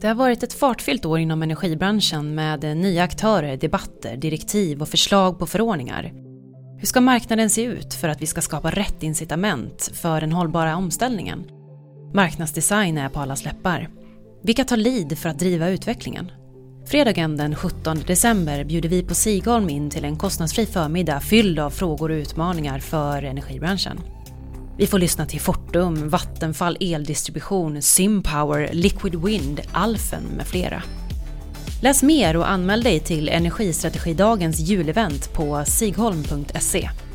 Det har varit ett fartfyllt år inom energibranschen med nya aktörer, debatter, direktiv och förslag på förordningar. Hur ska marknaden se ut för att vi ska skapa rätt incitament för den hållbara omställningen? Marknadsdesign är på alla läppar. Vilka tar lead för att driva utvecklingen? Fredagen den 17 december bjuder vi på Sigholm in till en kostnadsfri förmiddag fylld av frågor och utmaningar för energibranschen. Vi får lyssna till Fortum, Vattenfall Eldistribution, Sympower, Liquid Wind, Alfen med flera. Läs mer och anmäl dig till Energistrategidagens julevent på sigholm.se.